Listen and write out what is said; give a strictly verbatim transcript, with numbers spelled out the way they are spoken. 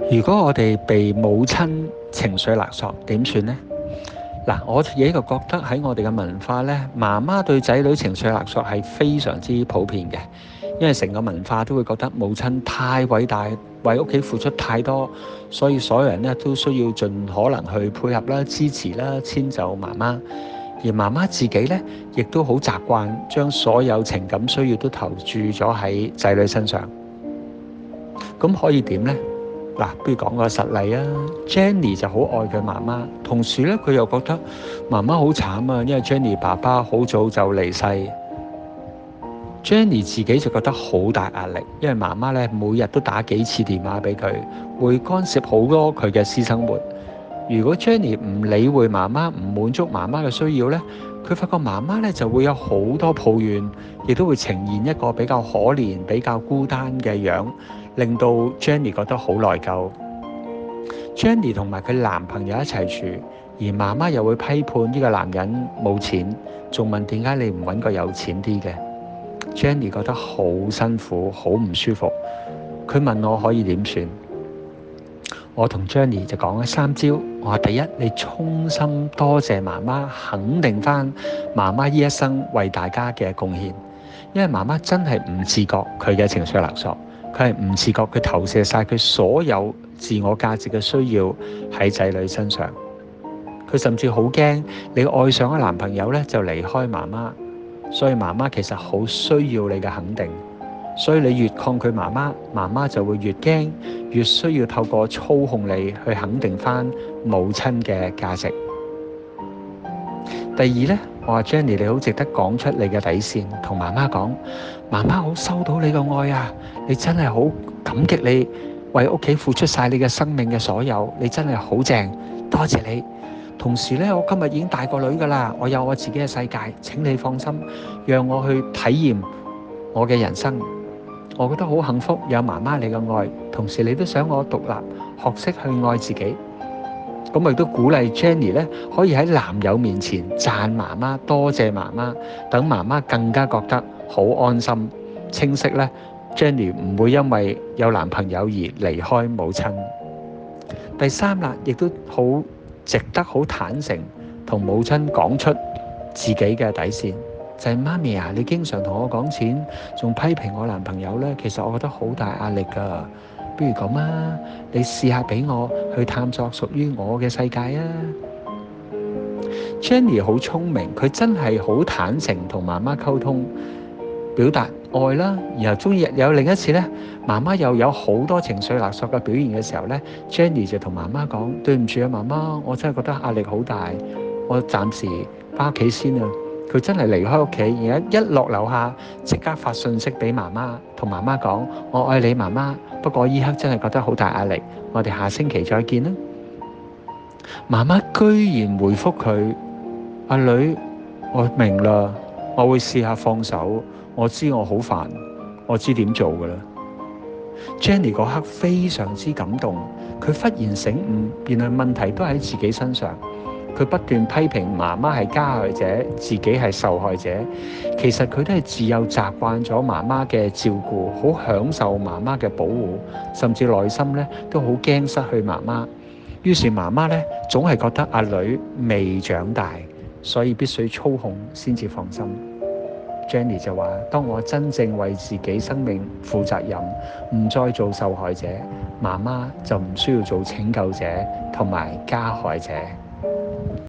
如果我哋被母親情緒勒索，點算呢？嗱，我自己就覺得喺我哋嘅文化呢，媽媽對仔女情緒勒索係非常之普遍嘅，因為成個文化都會覺得母親太偉大，為屋企付出太多，所以所有人呢都需要盡可能去配合啦、支持啦、遷就媽媽。而媽媽自己呢，亦都好習慣將所有情感需要都投注咗喺仔女身上。咁可以點呢？嗱，不如講個實例啊。Jenny 就好愛佢媽媽，同時咧佢又覺得媽媽好慘啊，因為 Jenny 爸爸好早就離世。Jenny 自己就覺得好大壓力，因為媽媽咧每日都打幾次電話俾佢，會干涉好多佢嘅私生活。如果 Jenny 唔理會媽媽，唔滿足媽媽嘅需要咧，佢發覺媽媽咧就會有好多抱怨，亦都會呈現一個比較可憐、比較孤單嘅樣，令到 Jenny 覺得好內疚。Jenny 同埋佢男朋友一齊住，而媽媽又會批判呢個男人冇錢，仲問點解你唔揾個有錢啲嘅。Jenny 覺得好辛苦，好唔舒服。佢問我可以點算？我同 Jenny 就講咗三招。我話第一，你衷心多謝媽媽，肯定翻媽媽呢一生為大家嘅貢獻，因為媽媽真係唔自覺佢嘅情緒勒索，佢係唔自覺佢投射晒佢所有自我價值嘅需要喺仔女身上。佢甚至好驚你愛上嘅男朋友咧就離開媽媽，所以媽媽其實好需要你嘅肯定。所以你越抗拒媽媽，媽媽就會越驚，越需要透過操控你去肯定翻母親嘅價值。第二呢，我話 Jenny 你好值得講出你嘅底線，同媽媽講，媽媽好收到你嘅愛啊，你真係好感激你為屋企付出晒你嘅生命嘅所有，你真係好正，多謝你。同時呢，我今日已經大個女㗎啦，我有我自己嘅世界，請你放心，讓我去體驗我嘅人生。我覺得好幸福，有媽媽你嘅愛，同時你都想我獨立，學識去愛自己。咁我亦都鼓勵 Jenny 咧，可以喺男友面前讚媽媽，多謝媽媽，等媽媽更加覺得好安心、清晰咧。Jenny 唔會因為有男朋友而離開母親。第三啦，亦都好值得好坦誠同母親講出自己嘅底線。就係媽咪啊，你經常同我講錢，仲批評我男朋友呢，其實我覺得好大壓力㗎。不如咁啊，你試下俾我去探索屬於我嘅世界啊。Jenny 好聰明，佢真係好坦誠同媽媽溝通，表達愛啦。然後終於有另一次呢，媽媽又有好多情緒勒索嘅表現嘅時候呢， Jenny 就同媽媽講：對唔住啊，媽媽，我真係覺得壓力好大，我暫時返屋企先啊。佢真係離開屋企，而家一落樓下即刻發信息俾媽媽，同媽媽講：我愛你媽媽，不過依刻真係覺得好大壓力，我哋下星期再見啦。媽媽居然回覆佢：阿女，我明啦，我會試下放手，我知我好煩，我知點做㗎啦。Jenny 嗰刻非常之感動，佢忽然醒悟，原來問題都喺自己身上。佢不斷批評媽媽係加害者，自己係受害者。其實佢都係自幼習慣咗媽媽嘅照顧，好享受媽媽嘅保護，甚至內心咧都好驚失去媽媽。於是媽媽咧總係覺得阿女未長大，所以必須操控先至放心。Jenny 就話：當我真正為自己生命負責任，唔再做受害者，媽媽就唔需要做拯救者同埋加害者。